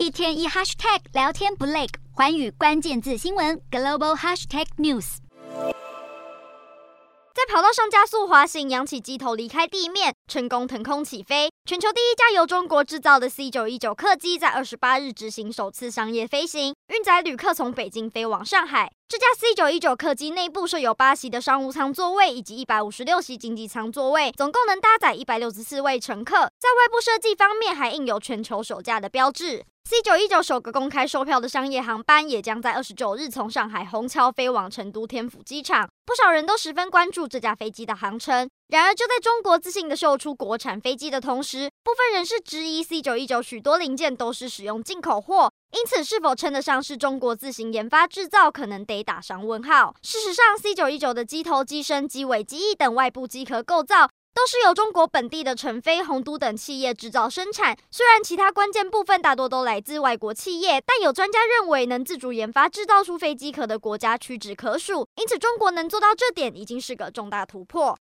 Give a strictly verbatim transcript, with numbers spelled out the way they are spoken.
一天一 hashtag 聊天不累，寰宇关键字新闻 global hashtag news。 在跑道上加速滑行，扬起机头离开地面，成功腾空起飞。全球第一架由中国制造的 C 九一九 客机在二十八日执行首次商业飞行，运载旅客从北京飞往上海。这架 C 九一九 客机内部设有八席的商务舱座位以及一百五十六席经济舱座位，总共能搭载一百六十四位乘客。在外部设计方面，还印有全球首架的标志。C 九一九 首个公开售票的商业航班也将在二十九日从上海虹桥飞往成都天府机场，不少人都十分关注这架飞机的航程。然而，就在中国自信地秀出国产飞机的同时，部分人士质疑 C 九一九 许多零件都是使用进口货，因此是否称得上是中国自行研发制造，可能得打上问号。事实上 ，C 九一九 的机头、机身、机尾、机翼等外部机壳构造都是由中国本地的成飞、宏都等企业制造生产。虽然其他关键部分大多都来自外国企业，但有专家认为，能自主研发制造出飞机壳的国家屈指可数。因此，中国能做到这点已经是个重大突破。